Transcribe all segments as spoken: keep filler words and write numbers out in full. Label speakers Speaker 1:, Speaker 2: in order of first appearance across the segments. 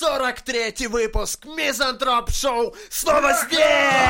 Speaker 1: сорок третий выпуск Мизантроп Шоу снова здесь!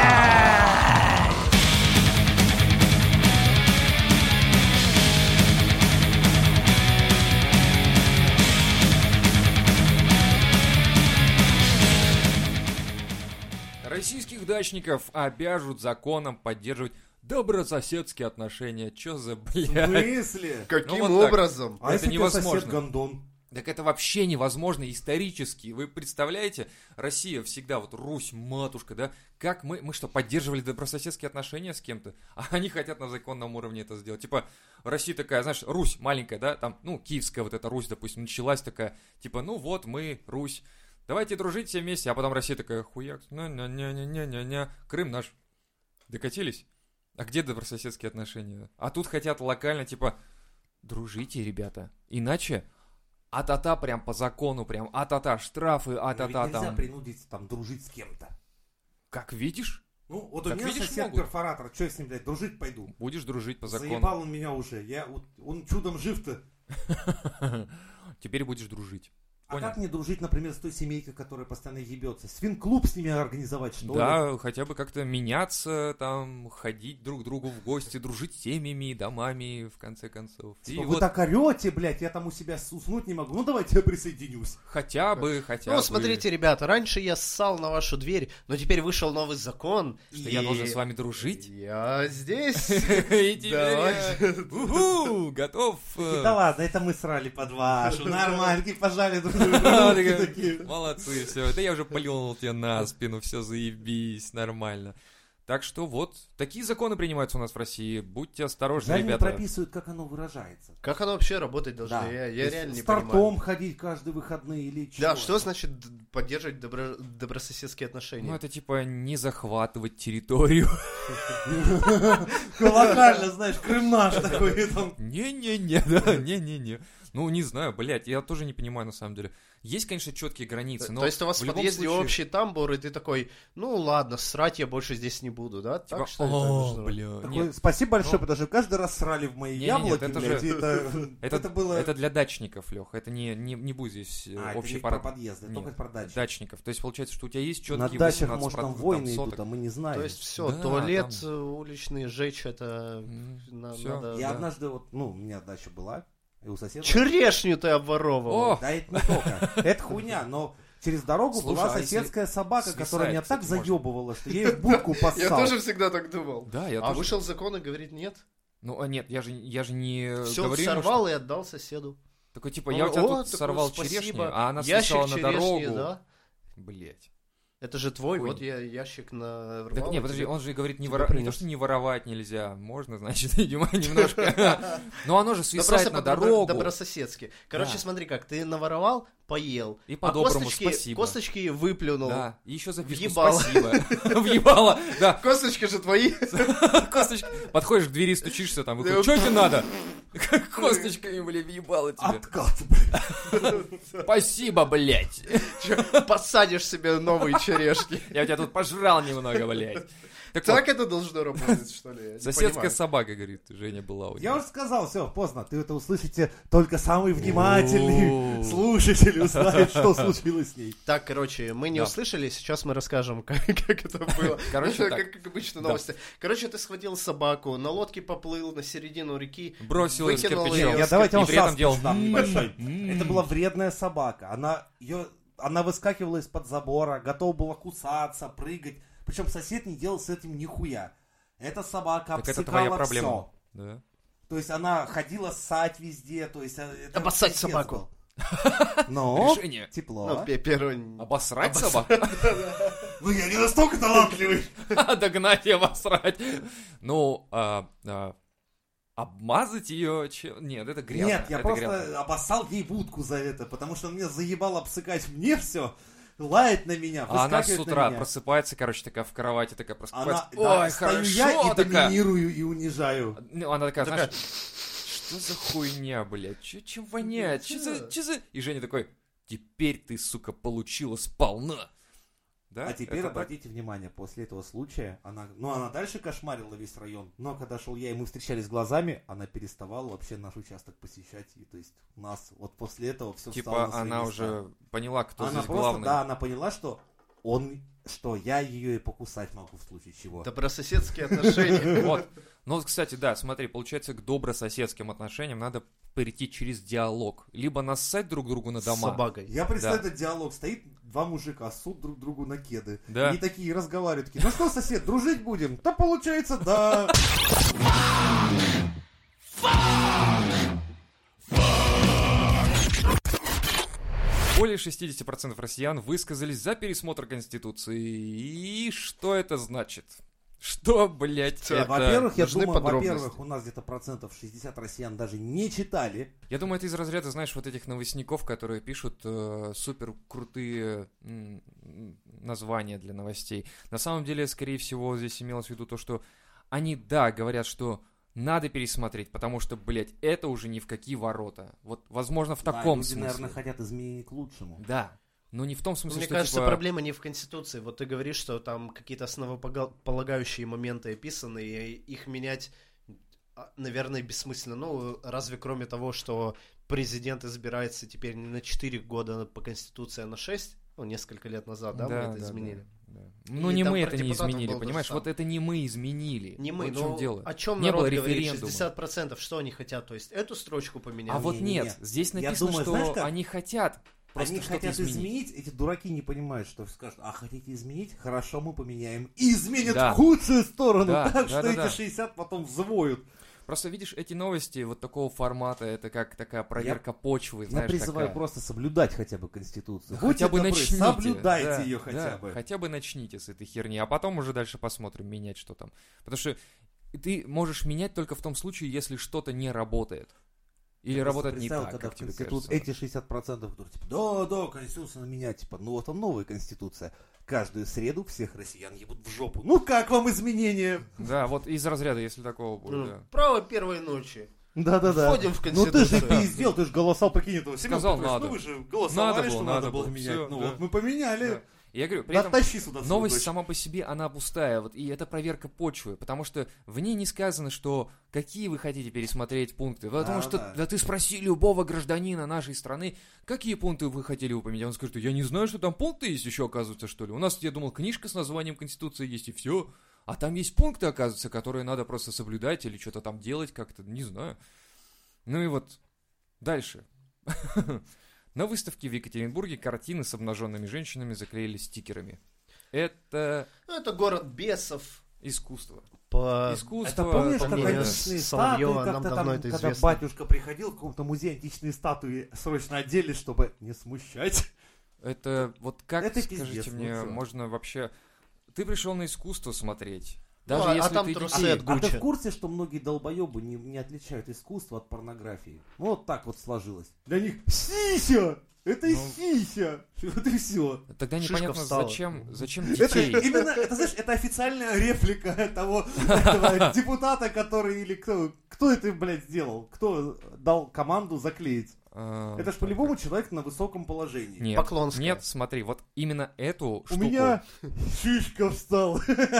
Speaker 2: Российских дачников обяжут законом поддерживать добрососедские отношения. Чё за, блядь?
Speaker 3: В смысле?
Speaker 4: Каким
Speaker 2: Ну, вот
Speaker 4: образом?
Speaker 3: А
Speaker 2: это
Speaker 3: если у тебя
Speaker 2: невозможно.
Speaker 3: сосед гондон?
Speaker 2: Так это вообще невозможно исторически. Вы представляете, Россия всегда, вот Русь, матушка, да? Как мы, мы что, поддерживали добрососедские отношения с кем-то? А они хотят на законном уровне это сделать. Типа, Россия такая, знаешь, Русь маленькая, да? Там, ну, киевская вот эта Русь, допустим, началась такая. Типа, ну вот мы, Русь. Давайте дружить все вместе. А потом Россия такая, хуяк, ня-ня-ня-ня-ня-ня. Крым наш. Докатились? А где добрососедские отношения? А тут хотят локально, типа, дружите, ребята. Иначе... А-та-та прям по закону, прям а-та-та, штрафы, а-та-та
Speaker 3: Нельзя
Speaker 2: там.
Speaker 3: принудить там дружить с кем-то.
Speaker 2: Как видишь,
Speaker 3: Ну, вот
Speaker 2: Как
Speaker 3: у меня
Speaker 2: видишь,
Speaker 3: сосед
Speaker 2: могут.
Speaker 3: перфоратор, что я с ним, блядь, дружить пойду?
Speaker 2: будешь дружить по закону.
Speaker 3: Заебал он меня уже, я, вот, он чудом жив-то.
Speaker 2: Теперь будешь дружить.
Speaker 3: А
Speaker 2: Понял?
Speaker 3: как мне дружить, например, с той семейкой, которая постоянно ебется? Свин-клуб с ними организовать, что ли?
Speaker 2: Да, хотя бы как-то меняться, там, ходить друг к другу в гости, дружить с семьями, домами, в конце концов.
Speaker 3: Типа,
Speaker 2: И
Speaker 3: вы
Speaker 2: вот
Speaker 3: так орете, блядь, я там у себя уснуть не могу. Ну, давайте я присоединюсь.
Speaker 2: хотя бы, хотя бы.
Speaker 1: Ну, смотрите, ребята, раньше я ссал на вашу дверь, но теперь вышел новый закон.
Speaker 2: Что я должен с вами дружить?
Speaker 1: Я здесь.
Speaker 2: И теперь
Speaker 1: Давай.
Speaker 2: я, уху, готов. э,
Speaker 3: Да ладно, это мы срали под вашу. Нормально, пожали друг другу.
Speaker 2: А,
Speaker 3: руки
Speaker 2: такая,
Speaker 3: такие.
Speaker 2: молодцы, все. Да я уже плюнул тебе на спину, все заебись, нормально. Так что вот, такие законы принимаются у нас в России. Будьте осторожны,
Speaker 3: Жаль, не
Speaker 2: ребята.
Speaker 3: прописывают, как оно выражается.
Speaker 1: Как оно вообще работать должно?
Speaker 3: Да.
Speaker 1: Я,
Speaker 3: То
Speaker 1: я
Speaker 3: есть
Speaker 1: реально не
Speaker 3: с тортом
Speaker 1: понимаю.
Speaker 3: ходить каждые выходные или чего?
Speaker 1: Да, что значит д- поддерживать добро- добрососедские отношения?
Speaker 2: Ну, это типа не захватывать территорию.
Speaker 3: Локально, знаешь, Крым наш такой там.
Speaker 2: Не-не-не, да, не-не-не. Ну, не знаю, блядь, я тоже не понимаю, на самом деле. Есть, конечно, четкие границы, но
Speaker 1: То есть у вас
Speaker 2: в
Speaker 1: в
Speaker 2: любом
Speaker 1: подъезде
Speaker 2: случае-
Speaker 1: общий тамбур, и ты такой, ну ладно, срать я больше здесь не буду, да?
Speaker 2: Типа,
Speaker 1: Так что это
Speaker 2: о,
Speaker 1: должно быть?
Speaker 2: бля,
Speaker 3: Такой,
Speaker 2: нет.
Speaker 3: спасибо большое,
Speaker 2: Ну,
Speaker 3: потому что каждый раз срали в мои
Speaker 2: Не-не-не,
Speaker 3: яблоки,
Speaker 2: это
Speaker 3: блядь,
Speaker 2: же-
Speaker 3: и это,
Speaker 2: Это,
Speaker 3: это было...
Speaker 2: это для дачников, Лех, это не, не, не будет здесь э,
Speaker 3: А, это
Speaker 2: общий
Speaker 3: не
Speaker 2: парад.
Speaker 3: про подъезды,
Speaker 2: Нет,
Speaker 3: только про дачи.
Speaker 2: Дачников. То есть получается, что у тебя есть четкие
Speaker 3: На дачах,
Speaker 2: восемнадцать
Speaker 3: может, там
Speaker 2: процентов
Speaker 3: войны
Speaker 2: там
Speaker 3: идут,
Speaker 2: соток.
Speaker 3: а мы не знаем.
Speaker 1: То есть все,
Speaker 2: Да,
Speaker 1: туалет
Speaker 2: там-
Speaker 1: э, уличный жечь, это
Speaker 2: М,
Speaker 1: на-
Speaker 2: всё.
Speaker 1: надо...
Speaker 3: Я
Speaker 2: да.
Speaker 3: однажды, вот, ну, у меня дача была, и у соседа...
Speaker 1: Черешню ты обворовывал.
Speaker 2: О!
Speaker 3: Да это не только. Это хуйня, но через дорогу
Speaker 2: Слушай,
Speaker 3: была
Speaker 2: а если
Speaker 3: соседская собака,
Speaker 2: свисает,
Speaker 3: которая меня так
Speaker 2: кстати, можно?
Speaker 3: заебывала, что я ее в будку поссал.
Speaker 1: Я тоже всегда так думал.
Speaker 2: Да, я
Speaker 1: А
Speaker 2: тоже.
Speaker 1: вышел закон и говорит нет.
Speaker 2: Ну, а нет, я же, я же не
Speaker 1: Все
Speaker 2: говорю ему,
Speaker 1: сорвал
Speaker 2: что-
Speaker 1: и отдал соседу.
Speaker 2: Такой, типа,
Speaker 1: Он
Speaker 2: я у тебя
Speaker 1: говорит, «О,
Speaker 2: тут
Speaker 1: такой,
Speaker 2: сорвал
Speaker 1: спасибо.
Speaker 2: черешню, а она
Speaker 1: Ящик
Speaker 2: свисала на
Speaker 1: черешни,
Speaker 2: дорогу.
Speaker 1: да?
Speaker 2: Блять.
Speaker 1: Это же твой,
Speaker 2: Хуй.
Speaker 1: вот я ящик на...
Speaker 2: Так не, подожди, он же говорит, не,
Speaker 1: тебе
Speaker 2: вора... не
Speaker 1: принес.
Speaker 2: то, что не воровать нельзя. Можно, значит, видимо, немножко. Но оно же
Speaker 1: Да
Speaker 2: свисает
Speaker 1: просто
Speaker 2: на
Speaker 1: по-добро-
Speaker 2: дорогу.
Speaker 1: добрососедски. Короче,
Speaker 2: Да.
Speaker 1: смотри как, ты наворовал, поел.
Speaker 2: И
Speaker 1: А
Speaker 2: по-доброму
Speaker 1: косточки,
Speaker 2: спасибо.
Speaker 1: косточки выплюнул.
Speaker 2: Да, и еще записку
Speaker 1: Въебало.
Speaker 2: спасибо. Въебало, да.
Speaker 1: Косточки же твои.
Speaker 2: Косточка. Подходишь к двери, стучишься там,
Speaker 1: Да.
Speaker 2: что тебе надо? Косточками, блин, въебало тебе.
Speaker 3: Откат, блядь.
Speaker 2: Спасибо, блядь.
Speaker 1: Чё, посадишь себе новые черешни.
Speaker 2: Я у тебя тут пожрал немного, блядь. Так
Speaker 1: Так
Speaker 2: вот,
Speaker 1: это должно работать, что ли? Я не
Speaker 2: соседская
Speaker 1: понимаю.
Speaker 2: собака, говорит, Женя была у
Speaker 3: Я
Speaker 2: него.
Speaker 3: уже сказал, все, поздно. Ты это услышите, только самый внимательный
Speaker 2: О.
Speaker 3: слушатель узнает, что случилось с ней.
Speaker 1: Так, короче, мы не
Speaker 2: Да.
Speaker 1: услышали, сейчас мы расскажем, как, как это было.
Speaker 2: Короче,
Speaker 1: Ну,
Speaker 2: так.
Speaker 1: как, как обычно
Speaker 2: Да.
Speaker 1: новости. Короче, ты схватил собаку, на лодке поплыл на середину реки,
Speaker 2: Бросил ее с
Speaker 1: выкинул
Speaker 2: кирпичом.
Speaker 1: её.
Speaker 3: Я давайте
Speaker 2: И
Speaker 3: вам
Speaker 2: при этом
Speaker 3: саспенс
Speaker 2: делал
Speaker 3: дам
Speaker 2: «м-м-м».
Speaker 3: небольшой.
Speaker 2: М.
Speaker 3: Это была вредная собака. Она, ее, она выскакивала из-под забора, готова была кусаться, прыгать. Причем сосед не делал с этим нихуя. Эта собака
Speaker 2: Так это твоя
Speaker 3: обсыкала
Speaker 2: проблема.
Speaker 3: все.
Speaker 2: Да.
Speaker 3: То есть она ходила ссать везде. То есть, э, это
Speaker 1: Обоссать
Speaker 3: пиздец
Speaker 1: собаку.
Speaker 3: был. Но
Speaker 2: Решение.
Speaker 3: тепло.
Speaker 1: Ну, пе- первый...
Speaker 2: Обосрать собаку?
Speaker 3: Ну я не настолько талантливый.
Speaker 2: Догнать и обосрать. Ну, а, а, обмазать ее? Нет, это грязно.
Speaker 3: Нет, я
Speaker 2: это
Speaker 3: просто
Speaker 2: грязно.
Speaker 3: обоссал ей будку за это, потому что он меня заебал обсыкать мне все, лает на меня,
Speaker 2: А она с
Speaker 3: выскакивает
Speaker 2: утра
Speaker 3: на меня.
Speaker 2: просыпается, короче, такая в кровати, такая просыпается.
Speaker 3: Она, да,
Speaker 2: Ой,
Speaker 3: стою
Speaker 2: хорошо,
Speaker 3: я и
Speaker 2: такая.
Speaker 3: доминирую и унижаю.
Speaker 2: Ну, она такая,
Speaker 1: Такая,
Speaker 2: знаешь, что за хуйня, блядь? Че, чем воняет? Че за, че за... И Женя такой, теперь ты, сука, получила сполна. Да,
Speaker 3: А теперь
Speaker 2: это
Speaker 3: обратите внимание, после этого случая, она, ну она дальше кошмарила весь район, но когда шел я, и мы встречались глазами, она переставала вообще наш участок посещать, и то есть нас, вот после этого все
Speaker 2: так.
Speaker 3: встало на
Speaker 2: Типа
Speaker 3: свои
Speaker 2: она
Speaker 3: места.
Speaker 2: уже поняла, кто
Speaker 3: Она
Speaker 2: здесь
Speaker 3: просто,
Speaker 2: главный.
Speaker 3: да, она поняла, что он, что я ее и покусать могу в случае чего.
Speaker 1: Добрососедские отношения.
Speaker 2: Вот. Ну, вот, кстати, да, смотри, получается, к добрососедским отношениям надо перейти через диалог. Либо нассать друг другу на
Speaker 1: С
Speaker 2: дома.
Speaker 1: собакой.
Speaker 3: Я представляю
Speaker 2: Да.
Speaker 3: этот диалог, стоит два мужика, ссут друг другу на кеды.
Speaker 2: Да.
Speaker 3: И такие разговаривают, такие, ну что, сосед, дружить будем? Да получается, да.
Speaker 2: Более шестьдесят процентов россиян высказались за пересмотр Конституции. И что это значит? Что, блядь,
Speaker 3: Э,
Speaker 2: это...
Speaker 3: Во-первых, я
Speaker 1: нужны
Speaker 3: думаю,
Speaker 1: подробности.
Speaker 3: во-первых, у нас где-то процентов шестьдесят россиян даже не читали.
Speaker 2: Я думаю, это из разряда, знаешь, вот этих новостников, которые пишут э, супер крутые м, названия для новостей. На самом деле, скорее всего, здесь имелось в виду то, что они, да, говорят, что надо пересмотреть, потому что, блядь, это уже ни в какие ворота. Вот, возможно, в
Speaker 3: Да,
Speaker 2: таком
Speaker 3: люди,
Speaker 2: смысле.
Speaker 3: наверное, хотят изменений к лучшему.
Speaker 2: Да, но не в том смысле,
Speaker 1: Мне
Speaker 2: что,
Speaker 1: кажется,
Speaker 2: типа,
Speaker 1: проблема не в Конституции. Вот ты говоришь, что там какие-то основополагающие моменты описаны, и их менять, а, наверное, бессмысленно. Ну, разве кроме того, что президент избирается теперь не на четыре года по Конституции, а на шесть? Ну, несколько лет назад, да, мы это изменили.
Speaker 2: да, да. Ну,
Speaker 1: И
Speaker 2: не
Speaker 1: там
Speaker 2: мы
Speaker 1: про
Speaker 2: это не
Speaker 1: депутатов
Speaker 2: изменили,
Speaker 1: было то же
Speaker 2: понимаешь? Вот
Speaker 1: самое.
Speaker 2: это не мы изменили.
Speaker 1: Не мы,
Speaker 2: вот в чем
Speaker 1: но
Speaker 2: дело.
Speaker 1: о чем
Speaker 2: Не
Speaker 1: народ
Speaker 2: было
Speaker 1: говорит?
Speaker 2: референдума.
Speaker 1: шестьдесят процентов что они хотят? То есть эту строчку поменять?
Speaker 2: А вот
Speaker 3: Не-не-не.
Speaker 2: нет, здесь
Speaker 3: Я
Speaker 2: написано,
Speaker 3: думаю,
Speaker 2: что
Speaker 3: знаешь как?
Speaker 2: они хотят просто
Speaker 3: Они
Speaker 2: что-то
Speaker 3: хотят
Speaker 2: изменить.
Speaker 3: изменить, эти дураки не понимают, что скажут, а хотите изменить? Хорошо, мы поменяем. И изменят
Speaker 2: Да.
Speaker 3: в худшую сторону,
Speaker 2: Да,
Speaker 3: так
Speaker 2: да,
Speaker 3: что
Speaker 2: да,
Speaker 3: эти
Speaker 2: да.
Speaker 3: шестьдесят потом взвоют.
Speaker 2: Просто видишь, эти новости вот такого формата, это как такая проверка почвы,
Speaker 3: Я
Speaker 2: знаешь,
Speaker 3: призываю
Speaker 2: такая.
Speaker 3: просто соблюдать хотя бы Конституцию.
Speaker 2: Да
Speaker 3: Будьте
Speaker 2: хотя бы
Speaker 3: добры,
Speaker 2: начните.
Speaker 3: соблюдайте
Speaker 2: да,
Speaker 3: ее
Speaker 2: да,
Speaker 3: хотя бы.
Speaker 2: Хотя бы начните с этой херни, а потом уже дальше посмотрим, менять что там. Потому что ты можешь менять только в том случае, если что-то не работает. Или
Speaker 3: Я
Speaker 2: работает
Speaker 3: просто
Speaker 2: не
Speaker 3: представил,
Speaker 2: так,
Speaker 3: когда
Speaker 2: как
Speaker 3: в
Speaker 2: тебе
Speaker 3: Конституции
Speaker 2: кажется.
Speaker 3: эти шестьдесят процентов, которые типа, да, да, Конституция на меня, типа, ну вот там новая Конституция. Каждую среду всех россиян ебут в жопу. Ну как вам изменения?
Speaker 2: Да, вот из разряда, если такого будет,
Speaker 1: Ну,
Speaker 2: да.
Speaker 1: право первой ночи.
Speaker 3: Да-да-да.
Speaker 1: Входим в
Speaker 3: Ну ты же
Speaker 1: Конституцию.
Speaker 3: пиздел, ты же голосовал, прикинь, этого. Семен
Speaker 2: Сказал,
Speaker 3: Петрович,
Speaker 2: надо.
Speaker 3: ну вы же голосовали,
Speaker 2: Надо было,
Speaker 3: что
Speaker 2: надо
Speaker 3: надо было
Speaker 2: было.
Speaker 3: менять.
Speaker 2: Всё,
Speaker 3: Ну
Speaker 2: да.
Speaker 3: вот мы поменяли.
Speaker 2: Да. Я говорю, при
Speaker 3: Да
Speaker 2: этом
Speaker 3: тащи сюда свою
Speaker 2: новость
Speaker 3: дочь.
Speaker 2: сама по себе, она пустая, вот, и это проверка почвы, потому что в ней не сказано, что какие вы хотите пересмотреть пункты, потому
Speaker 3: Да,
Speaker 2: что
Speaker 3: да.
Speaker 2: да ты спроси любого гражданина нашей страны, какие пункты вы хотели бы поменять, он скажет, я не знаю, что там пункты есть еще, оказывается, что ли, у нас, я думал, книжка с названием Конституции есть, и все, а там есть пункты, оказывается, которые надо просто соблюдать или что-то там делать как-то, не знаю. Ну и вот, дальше. На выставке в Екатеринбурге картины с обнаженными женщинами заклеили стикерами. Это
Speaker 1: Ну, это город бесов.
Speaker 2: искусство.
Speaker 1: По...
Speaker 2: Искусство.
Speaker 3: Это помнишь,
Speaker 1: по
Speaker 3: как
Speaker 1: мнению
Speaker 3: античные
Speaker 1: Соловьева,
Speaker 3: статуи,
Speaker 1: нам
Speaker 3: как-то
Speaker 1: давно
Speaker 3: там,
Speaker 1: это
Speaker 3: когда
Speaker 1: известно.
Speaker 3: батюшка приходил в каком-то музее, античные статуи срочно одели, чтобы не смущать.
Speaker 2: Это вот как,
Speaker 3: Это
Speaker 2: скажите
Speaker 3: пиздец, ну
Speaker 2: мне,
Speaker 3: чё?
Speaker 2: можно вообще... Ты пришел на искусство смотреть.
Speaker 1: Ну,
Speaker 2: Даже
Speaker 1: а- а
Speaker 2: если
Speaker 1: там
Speaker 2: ты
Speaker 1: трусы
Speaker 2: детей-
Speaker 1: от
Speaker 3: А ты
Speaker 1: Гуччи.
Speaker 3: в курсе, что многие долбоебы не, не отличают искусство от порнографии? Ну, вот так вот сложилось. Для них сися! Это
Speaker 2: Ну.
Speaker 3: сися! Вот и все.
Speaker 2: Тогда
Speaker 1: Шишка
Speaker 2: непонятно,
Speaker 1: встала.
Speaker 2: зачем, зачем
Speaker 3: Это
Speaker 2: детей.
Speaker 3: именно, это знаешь, это официальная реплика того этого депутата, который или кто, кто это, блядь, сделал? Кто дал команду заклеить?
Speaker 2: А,
Speaker 3: Это ж по-любому человек на высоком положении.
Speaker 2: Нет,
Speaker 1: Поклонская.
Speaker 2: нет, смотри, вот именно эту
Speaker 3: У
Speaker 2: штуку...
Speaker 3: меня шишка встала.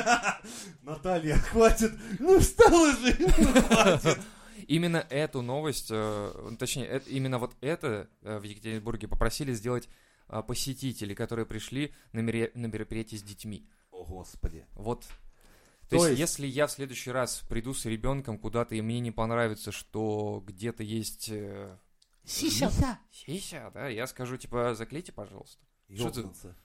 Speaker 3: Наталья, хватит. Ну встала же. Ну хватит.
Speaker 2: Именно эту новость, э, точнее, э- именно вот это э, в Екатеринбурге попросили сделать э, посетители, которые пришли на, мере- на мероприятие с детьми.
Speaker 3: О, Господи.
Speaker 2: Вот. То,
Speaker 3: То
Speaker 2: есть,
Speaker 3: есть-
Speaker 2: если я в следующий раз приду с ребенком куда-то, и мне не понравится, что где-то есть... э,
Speaker 3: Сися.
Speaker 2: Сися, да, я скажу, типа, заклейте, пожалуйста. Что ты-
Speaker 3: Ёбнуться.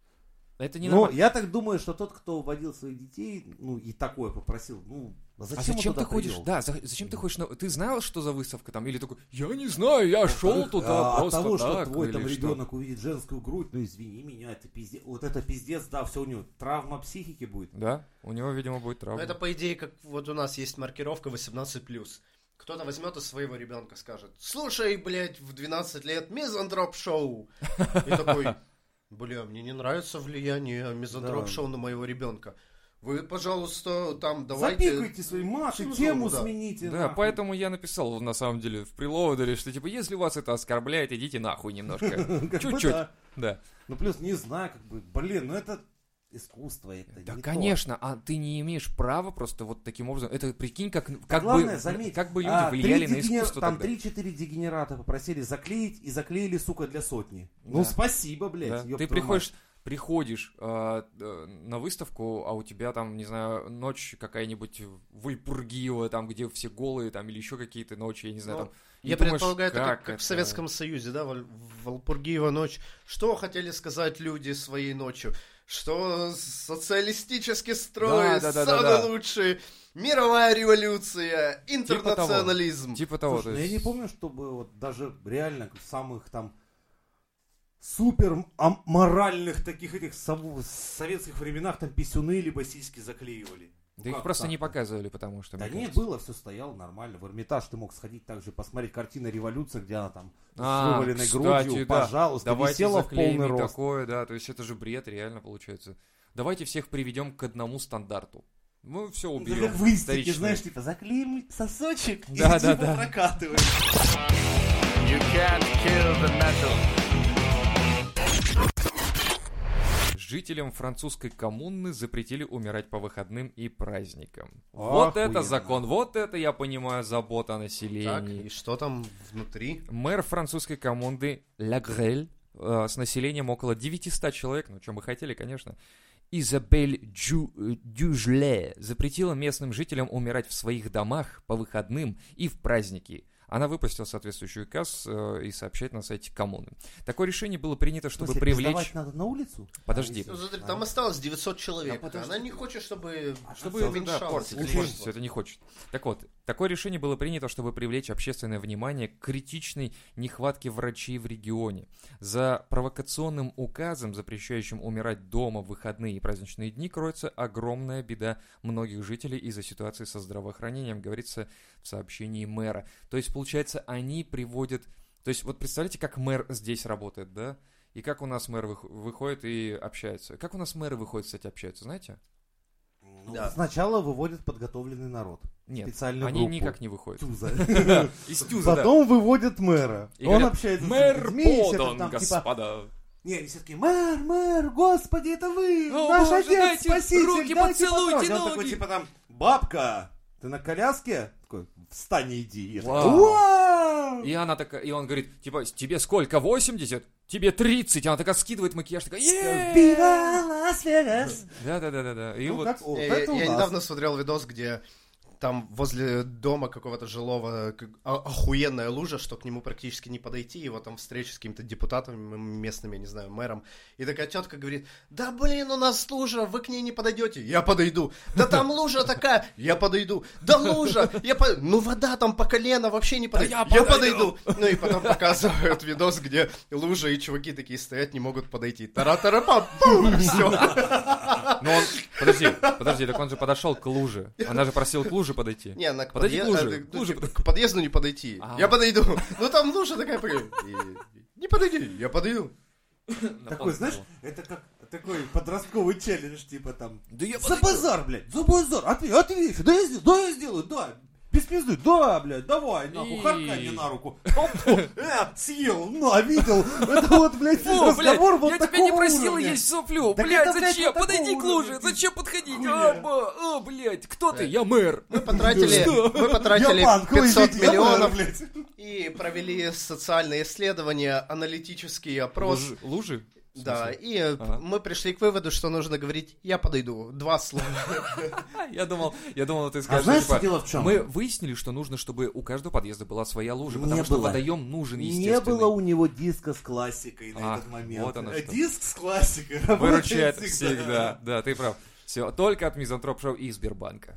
Speaker 2: Это не
Speaker 3: Ну,
Speaker 2: нормально.
Speaker 3: я так думаю, что тот, кто уводил своих детей, ну, и такое попросил, ну, а зачем,
Speaker 2: А зачем
Speaker 3: он туда
Speaker 2: ты ходишь?
Speaker 3: привел?
Speaker 2: Да, за- зачем ты ходишь на... Ты знал, что за выставка там? Или такой, я не знаю, я шел
Speaker 3: Во-вторых,
Speaker 2: туда
Speaker 3: а,
Speaker 2: просто
Speaker 3: от того,
Speaker 2: так.
Speaker 3: что твой
Speaker 2: или
Speaker 3: там
Speaker 2: что?
Speaker 3: ребенок увидит женскую грудь, ну извини меня, это пиздец. Вот это пиздец, да, все у него травма психики будет.
Speaker 2: Да, у него, видимо, будет
Speaker 1: Ну,
Speaker 2: травма.
Speaker 1: это, по идее, как вот у нас есть маркировка восемнадцать плюс. Кто-то возьмет и своего ребенка скажет: слушай, блядь, в двенадцать лет мизантроп-шоу. И такой: бля, мне не нравится влияние мизантроп-шоу на моего ребенка. Вы, пожалуйста, там давайте...
Speaker 3: Запикайте свои маши,
Speaker 1: Цензуру,
Speaker 3: тему
Speaker 1: да.
Speaker 3: смените.
Speaker 2: Да,
Speaker 3: нахуй.
Speaker 2: поэтому я написал, на самом деле, в прилоудере, что, типа, если вас это оскорбляет, идите нахуй немножко.
Speaker 3: Как бы
Speaker 2: Чуть-чуть.
Speaker 3: да.
Speaker 2: Да.
Speaker 3: Ну плюс, не знаю, как бы, блин, ну это искусство, это
Speaker 2: Да,
Speaker 3: не
Speaker 2: конечно, а ты не имеешь права просто вот таким образом. Это прикинь, как,
Speaker 3: то.
Speaker 2: как,
Speaker 3: Главное,
Speaker 2: бы,
Speaker 3: заметь,
Speaker 2: как бы люди
Speaker 3: а,
Speaker 2: влияли
Speaker 3: три
Speaker 2: на
Speaker 3: дегенер-
Speaker 2: искусство
Speaker 3: Там
Speaker 2: тогда.
Speaker 3: три-четыре дегенерата попросили заклеить и заклеили, сука, для сотни. Ну,
Speaker 2: Да.
Speaker 3: спасибо, блядь.
Speaker 2: Да.
Speaker 3: ёб
Speaker 2: Ты
Speaker 3: твою
Speaker 2: приходишь, приходишь э, э, на выставку, а у тебя там, не знаю, ночь какая-нибудь Вальпургиева, там, где все голые, там, или еще какие-то ночи, я не знаю,
Speaker 1: Ну,
Speaker 2: там.
Speaker 1: Я
Speaker 2: И думаешь,
Speaker 1: предполагаю, это как, как
Speaker 2: это?
Speaker 1: в Советском Союзе, да, Вал- Валпургиева ночь. Что хотели сказать люди своей ночью? Что социалистический строй,
Speaker 2: Да, да, да, да,
Speaker 1: самый
Speaker 2: да.
Speaker 1: лучший, мировая революция, интернационализм.
Speaker 2: Типа того.
Speaker 3: Слушай,
Speaker 2: то
Speaker 3: ну я
Speaker 2: есть-
Speaker 3: не помню, чтобы вот даже реально в самых там супер ам- моральных таких этих сов- советских временах там писюны либо сиськи заклеивали.
Speaker 2: Да их
Speaker 3: Как
Speaker 2: просто не
Speaker 3: так-то?
Speaker 2: показывали, потому что...
Speaker 3: Да
Speaker 2: мне
Speaker 3: не,
Speaker 2: кажется.
Speaker 3: было, все стояло нормально. В Эрмитаж ты мог сходить также посмотреть картина «Революция», где она там
Speaker 2: А,
Speaker 3: с вываленной
Speaker 2: кстати,
Speaker 3: грудью,
Speaker 2: да.
Speaker 3: пожалуйста,
Speaker 2: Давайте
Speaker 3: висела в
Speaker 2: заклеим
Speaker 3: полный
Speaker 2: и
Speaker 3: рост.
Speaker 2: такое, да, то есть это же бред реально получается. Давайте всех приведем к одному стандарту. Мы все
Speaker 3: Это
Speaker 2: уберем.
Speaker 3: как в инстике,
Speaker 2: вторичные.
Speaker 3: знаешь, типа, заклеим сосочек
Speaker 2: Да,
Speaker 3: и
Speaker 2: да,
Speaker 3: типа
Speaker 2: да.
Speaker 3: прокатываем.
Speaker 4: You can't kill the metal.
Speaker 2: Жителям французской коммуны запретили умирать по выходным и праздникам.
Speaker 3: Охуенно.
Speaker 2: Вот это закон, вот это, я понимаю, забота о
Speaker 1: Так,
Speaker 2: населении.
Speaker 1: и что там внутри?
Speaker 2: Мэр французской коммуны Ла Грель э, с населением около девятисот человек, ну, чем мы хотели, конечно, Изабель Джу, э, Дюжле запретила местным жителям умирать в своих домах по выходным и в праздники. Она выпустила соответствующий указ э, и сообщает на сайте коммуны. Такое решение было принято, чтобы
Speaker 3: В смысле,
Speaker 2: привлечь...
Speaker 3: пиздовать надо на улицу?
Speaker 2: Подожди.
Speaker 1: Ну, смотри, там осталось девятьсот человек.
Speaker 3: Да подожди.
Speaker 1: Она не хочет, чтобы,
Speaker 3: А
Speaker 1: чтобы
Speaker 3: что,
Speaker 1: уменьшалось
Speaker 2: да,
Speaker 1: количество.
Speaker 2: портить, это не хочет. Так вот, такое решение было принято, чтобы привлечь общественное внимание к критичной нехватке врачей в регионе. За провокационным указом, запрещающим умирать дома в выходные и праздничные дни, кроется огромная беда многих жителей из-за ситуации со здравоохранением, говорится в сообщении мэра. То есть, получается, они приводят... То есть, вот представляете, как мэр здесь работает, да? И как у нас мэр вых- выходит и общается. Как у нас мэры выходят, кстати, общаются, знаете?
Speaker 3: Ну,
Speaker 1: Да.
Speaker 3: Сначала выводит подготовленный народ.
Speaker 2: Нет,
Speaker 3: Специальную
Speaker 2: они
Speaker 3: группу.
Speaker 2: никак не выходят.
Speaker 3: Тюза.
Speaker 2: Из Тюза, да.
Speaker 3: Потом выводит мэра.
Speaker 2: И
Speaker 3: Он
Speaker 2: говорят,
Speaker 3: общается с
Speaker 2: мэр
Speaker 3: людьми, и все
Speaker 2: подан,
Speaker 3: там, типа,
Speaker 2: господа.
Speaker 3: не, они все такие, мэр, мэр, господи, это вы,
Speaker 2: О,
Speaker 3: наш
Speaker 2: боже,
Speaker 3: отец,
Speaker 2: дайте
Speaker 3: спаситель,
Speaker 2: руки,
Speaker 3: дайте
Speaker 2: поцелуйте,
Speaker 3: потрогать». Он такой,
Speaker 2: ноги.
Speaker 3: типа там, бабка, ты на коляске? Такой, встань и иди. Я такой,
Speaker 2: Вау.
Speaker 3: «Вау!»
Speaker 2: И она такая, и он говорит, типа, тебе сколько, восемьдесят? Тебе тридцать. Она такая скидывает макияж, такая, е
Speaker 3: Вива Лас-Вегас!
Speaker 2: Да-да-да-да. И
Speaker 3: Ну,
Speaker 2: вот...
Speaker 3: как- вот
Speaker 1: Я,
Speaker 3: это у
Speaker 1: я
Speaker 3: нас.
Speaker 1: недавно смотрел видос, где там возле дома какого-то жилого как- а- охуенная лужа, что к нему практически не подойти, его там встреча с какими-то депутатами местными, я не знаю, мэром. И такая тетка говорит, да блин, у нас лужа, вы к ней не подойдете. Я подойду. Да там лужа такая, я подойду. Да лужа, я подойду. Ну вода там по колено, вообще не подойду.
Speaker 2: я
Speaker 1: я
Speaker 2: подойду.
Speaker 1: подойду. Ну и потом показывают видос, где лужа и чуваки такие стоят, не могут подойти. Тара-тара-па, все.
Speaker 2: Но он... Подожди, подожди, так он же подошел к луже. Она же просила к луже подойти.
Speaker 1: Не, она к,
Speaker 2: Подойди к
Speaker 1: подъе-
Speaker 2: луже,
Speaker 1: а,
Speaker 2: к
Speaker 1: ну,
Speaker 2: луже
Speaker 1: типа, к подъезду не подойти.
Speaker 2: А.
Speaker 1: Я подойду. Ну там лужа такая. и- Не подойди, я подойду.
Speaker 3: Такой, знаешь, это как такой подростковый челлендж, типа там,
Speaker 2: Да я
Speaker 3: за базар, блядь, за базар, ответь, ответь, да я сделаю, да я сделаю, да, без пизды, да, блядь, давай, нахуй,
Speaker 2: И-
Speaker 3: харкай мне на руку. Оп, э, съел, на, видел, это вот, блядь,
Speaker 2: Фу, блядь,
Speaker 3: разговор вот
Speaker 2: я тебя не
Speaker 3: такого
Speaker 2: просила
Speaker 3: уровня.
Speaker 2: есть соплю.
Speaker 3: Так
Speaker 2: Блядь,
Speaker 3: это, блядь,
Speaker 2: зачем?
Speaker 3: вот
Speaker 2: Подойди
Speaker 3: такого
Speaker 2: к луже.
Speaker 3: уровня,
Speaker 2: Зачем подходить?
Speaker 3: хуя.
Speaker 2: Оба, о, блядь, кто ты? Я мэр.
Speaker 1: Мы потратили,
Speaker 2: Что?
Speaker 1: мы потратили
Speaker 3: Я банк, ой,
Speaker 1: пятьсот
Speaker 3: извините, я
Speaker 1: миллионов
Speaker 3: мэр, блядь.
Speaker 1: и провели социальные исследования, аналитический опрос.
Speaker 2: Лужи? Лужи? В
Speaker 1: Да,
Speaker 2: смысле?
Speaker 1: и
Speaker 2: Ага.
Speaker 1: мы пришли к выводу, что нужно говорить «я подойду». Два слова.
Speaker 2: Я думал, я думал, ты
Speaker 3: А
Speaker 2: скажешь,
Speaker 3: знаешь,
Speaker 2: что, типа,
Speaker 3: дело в чем?
Speaker 2: мы выяснили, что нужно, чтобы у каждого подъезда была своя лужа, потому
Speaker 3: Не
Speaker 2: что
Speaker 3: было.
Speaker 2: водоем нужен,
Speaker 3: Не
Speaker 2: естественно.
Speaker 3: было у него диска с классикой на
Speaker 2: Ах,
Speaker 3: этот момент.
Speaker 2: вот оно
Speaker 3: А
Speaker 2: что.
Speaker 3: диск с классикой работает
Speaker 2: Выручает всегда. Да, ты прав. Все, только от Мизантроп Шоу и Сбербанка.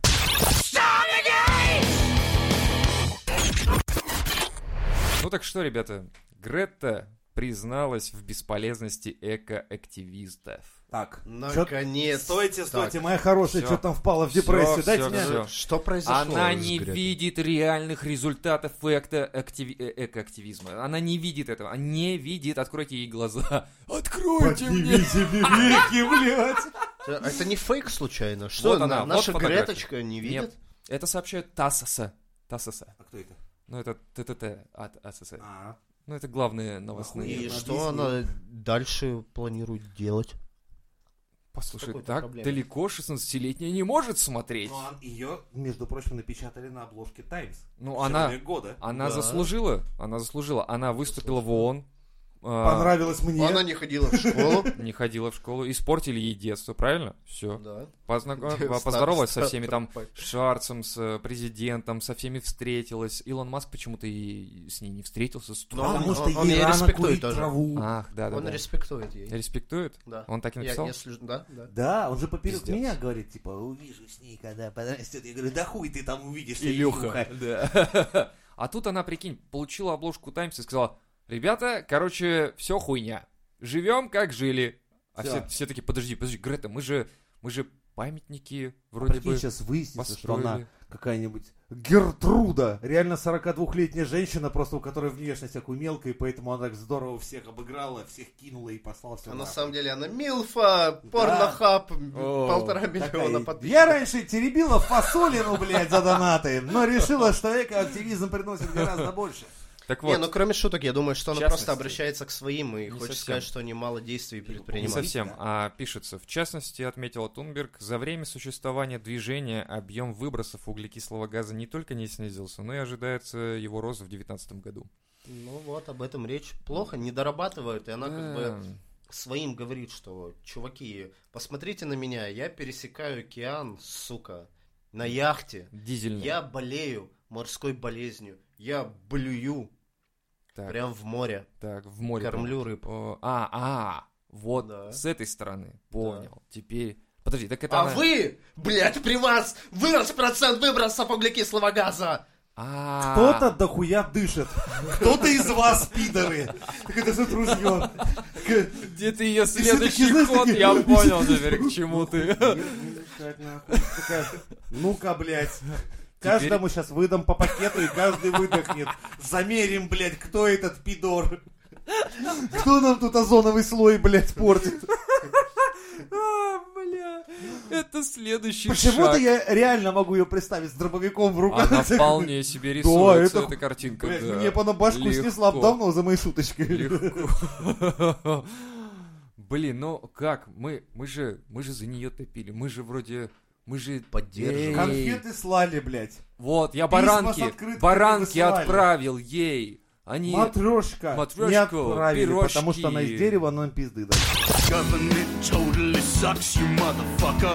Speaker 2: Ну так что, ребята, Грета призналась в бесполезности экоактивистов.
Speaker 3: Так,
Speaker 1: Наконец.
Speaker 3: стойте, стойте,
Speaker 1: Так.
Speaker 3: моя хорошая,
Speaker 2: Всё.
Speaker 3: что там впала в
Speaker 2: Всё,
Speaker 3: депрессию, дайте
Speaker 2: всё,
Speaker 3: мне...
Speaker 2: всё.
Speaker 1: Что произошло?
Speaker 2: Она
Speaker 1: с
Speaker 2: не
Speaker 1: Гретой?
Speaker 2: видит реальных результатов экоактиви- э, экоактивизма. Она не видит этого. Она не видит. Откройте ей глаза. Откройте мне.
Speaker 3: Поднимите веки, блядь.
Speaker 1: Это это не фейк случайно? Что,
Speaker 2: Вот она,
Speaker 1: на-
Speaker 2: вот
Speaker 1: наша
Speaker 2: фотография.
Speaker 1: Греточка не видит?
Speaker 2: Нет. Это сообщает ТАСС. ТАСС.
Speaker 3: А кто это?
Speaker 2: Ну, это ТТТ от АСС.
Speaker 3: А,
Speaker 2: Ну, это главные новостные.
Speaker 1: И
Speaker 3: Охуенно,
Speaker 1: что
Speaker 3: объясни.
Speaker 1: она дальше планирует делать?
Speaker 2: Послушай,
Speaker 1: какой-то
Speaker 2: так
Speaker 1: проблеме.
Speaker 2: далеко шестнадцатилетняя не может смотреть.
Speaker 3: Но ее, между прочим, напечатали на обложке Times.
Speaker 2: Ну, она,
Speaker 3: Человек года.
Speaker 2: она
Speaker 1: Да.
Speaker 2: заслужила, она заслужила. Она выступила в ООН, а,
Speaker 3: Понравилось мне.
Speaker 1: Она не ходила в школу.
Speaker 2: не ходила в школу, испортили ей детство, правильно? Все.
Speaker 1: Да.
Speaker 2: Поздоровалась со всеми там
Speaker 1: Стар-
Speaker 2: Шварцем, с э, президентом, со всеми встретилась. Илон Маск почему-то и с ней не встретился. с
Speaker 1: Но
Speaker 2: трудом.
Speaker 3: Потому
Speaker 1: он-
Speaker 3: что
Speaker 1: он- он
Speaker 3: ей
Speaker 1: ее
Speaker 3: рано
Speaker 1: респектует
Speaker 3: курить
Speaker 1: тоже.
Speaker 3: траву.
Speaker 2: Ах, да, да,
Speaker 1: Он
Speaker 2: да.
Speaker 1: респектует ей.
Speaker 2: Респектует?
Speaker 1: Да.
Speaker 2: Он так и
Speaker 1: Я-
Speaker 2: написал?
Speaker 1: если- Да, да.
Speaker 3: Да, он же поперек
Speaker 2: Пиздец.
Speaker 3: меня говорит, типа, увижу с ней, когда подрастет. Я говорю, да хуй ты там увидишь.
Speaker 2: Илюха. Да. А тут она, прикинь, получила обложку Таймс и сказала: ребята, короче, все хуйня. Живем, как жили. А
Speaker 3: Всё.
Speaker 2: все, все таки подожди, подожди, Грета, мы же, мы же памятники
Speaker 3: А
Speaker 2: вроде
Speaker 3: прикинь,
Speaker 2: бы
Speaker 3: сейчас выяснится, что
Speaker 2: построили.
Speaker 3: она какая-нибудь Гертруда, реально сорокадвухлетняя женщина, просто у которой внешность такой мелкая, и поэтому она так здорово всех обыграла, всех кинула и послала все
Speaker 1: А на самом деле она Милфа, порнохаб,
Speaker 2: О,
Speaker 1: полтора миллиона подписчиков.
Speaker 3: Я раньше теребила фасолину, блядь, за донаты, но решила, что экоактивизм приносит гораздо больше.
Speaker 2: Так
Speaker 1: Не,
Speaker 2: вот,
Speaker 1: ну кроме шуток, я думаю, что
Speaker 2: В
Speaker 1: она просто
Speaker 2: частности,
Speaker 1: обращается к своим и
Speaker 2: не
Speaker 1: хочет
Speaker 2: совсем.
Speaker 1: сказать, что они мало действий
Speaker 2: не
Speaker 1: предпринимают.
Speaker 2: совсем, а пишется. В частности, отметила Тунберг, за время существования движения объем выбросов углекислого газа не только не снизился, но и ожидается его рост в две тысячи девятнадцатом году.
Speaker 1: Ну вот, об этом речь. Плохо, не дорабатывают, и она как бы
Speaker 2: Да.
Speaker 1: своим говорит, что, чуваки, посмотрите на меня, я пересекаю океан, сука, на яхте,
Speaker 2: Дизельный.
Speaker 1: я болею морской болезнью, я блюю
Speaker 2: Так,
Speaker 1: прям в море,
Speaker 2: так, в море.
Speaker 1: кормлю рыб.
Speaker 2: О, А, а, вот
Speaker 1: Да.
Speaker 2: с этой стороны. Понял. Теперь. Подожди, так это
Speaker 1: А
Speaker 2: она-
Speaker 1: вы, блядь, при вас вырос процент выбросов углекислого газа!
Speaker 2: А,
Speaker 3: Кто-то дохуя дышит. Кто-то из вас, пидоры. Так это же ружье.
Speaker 2: Где ты ее
Speaker 3: всё-таки
Speaker 2: следующий
Speaker 3: знаешь,
Speaker 2: ход?
Speaker 3: такие-
Speaker 2: Я понял теперь, к чему ты.
Speaker 3: Ну-ка, блядь. Каждому сейчас выдам по пакету, и каждый выдохнет. Замерим, блядь, кто этот пидор. Кто нам тут озоновый слой, блядь, портит?
Speaker 2: А, бля, это следующий
Speaker 3: Почему-то
Speaker 2: шаг.
Speaker 3: я реально могу ее представить с дробовиком в руках.
Speaker 2: Она вполне себе рисуется,
Speaker 3: это-
Speaker 2: эта картинка.
Speaker 3: Блядь,
Speaker 2: да.
Speaker 3: мне по на башку
Speaker 2: Легко.
Speaker 3: снесла б давно за мои шуточки.
Speaker 2: Легко. Блин, ну как? Мы, мы же, мы же за нее топили. Мы же вроде, мы же
Speaker 1: Поддерживаем.
Speaker 2: Эй.
Speaker 3: Конфеты слали, блядь.
Speaker 2: Вот, я
Speaker 3: Письма с
Speaker 2: баранки,
Speaker 3: открытками
Speaker 2: баранки
Speaker 3: высылали.
Speaker 2: отправил ей. Они...
Speaker 3: Матрешка.
Speaker 2: Матрешку,
Speaker 3: Не отправили,
Speaker 2: пирожки.
Speaker 3: потому что она из дерева, но пизды дает.
Speaker 4: Government totally sucks, you motherfucker.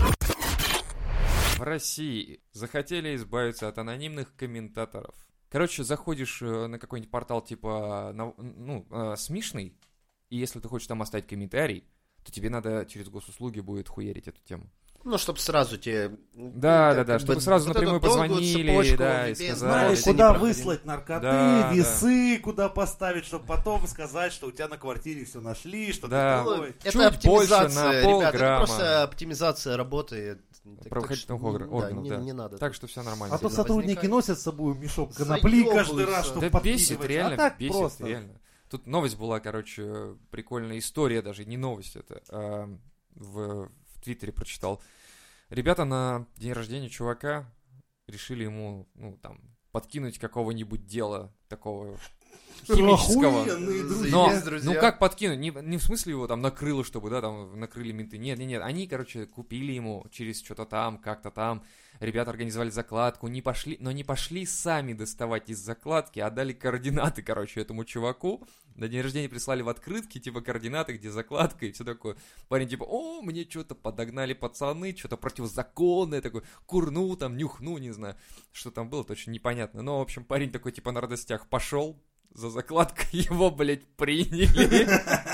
Speaker 2: В России захотели избавиться от анонимных комментаторов. Короче, заходишь э, на какой-нибудь портал типа, на- ну, э, смешный, и если ты хочешь там оставить комментарий, то тебе надо через госуслуги будет хуярить эту тему.
Speaker 1: Ну, чтобы сразу тебе...
Speaker 2: Да, да, да,
Speaker 1: как
Speaker 2: чтобы
Speaker 1: бы
Speaker 2: сразу
Speaker 1: вот
Speaker 2: напрямую
Speaker 1: эту долгую
Speaker 2: позвонили,
Speaker 1: цепочку
Speaker 2: да, и
Speaker 1: ви пи эн,
Speaker 2: сказали.
Speaker 3: Знаешь,
Speaker 1: если не
Speaker 3: куда
Speaker 1: проходили.
Speaker 3: выслать наркоты,
Speaker 2: Да,
Speaker 3: весы, куда поставить, чтобы потом сказать, что у тебя на квартире все нашли, что
Speaker 2: Да.
Speaker 3: ты такой.
Speaker 1: Это
Speaker 2: Чуть
Speaker 1: оптимизация,
Speaker 2: больше на
Speaker 1: ребят, это
Speaker 2: полграмма.
Speaker 1: просто оптимизация работы. Так- так
Speaker 2: Правоохранительных
Speaker 1: что,
Speaker 2: орг-
Speaker 1: да,
Speaker 2: органов,
Speaker 1: не,
Speaker 2: да.
Speaker 1: не надо.
Speaker 2: Так что все нормально.
Speaker 3: А то
Speaker 1: Всегда
Speaker 3: сотрудники
Speaker 1: возникает.
Speaker 3: носят с собой мешок конопли каждый раз,
Speaker 1: Заёбываются.
Speaker 3: чтобы
Speaker 2: Да бесит,
Speaker 3: подписывать.
Speaker 2: реально,
Speaker 3: а так
Speaker 2: бесит,
Speaker 3: просто.
Speaker 2: реально. Тут новость была, короче, прикольная история даже, не новость это. а, в, в Твиттере прочитал. Ребята на день рождения чувака решили ему, ну, там, подкинуть какого-нибудь дела такого химического.
Speaker 3: Охуенные друзья.
Speaker 2: Но,
Speaker 1: Есть друзья.
Speaker 2: ну как подкинуть? Не, не в смысле его там накрыло, чтобы, да, там накрыли менты. Нет, нет, нет. Они, короче, купили ему через что-то там, как-то там. Ребята организовали закладку, не пошли, но не пошли сами доставать из закладки, а дали координаты, короче, этому чуваку. На день рождения прислали в открытке, типа, координаты, где закладка и все такое. Парень, типа, о, мне что-то подогнали пацаны, что-то противозаконное, такой, курну там, нюхну, не знаю. Что там было, точно непонятно. Но, в общем, парень такой, типа, на радостях пошел, за закладкой его, блядь, приняли.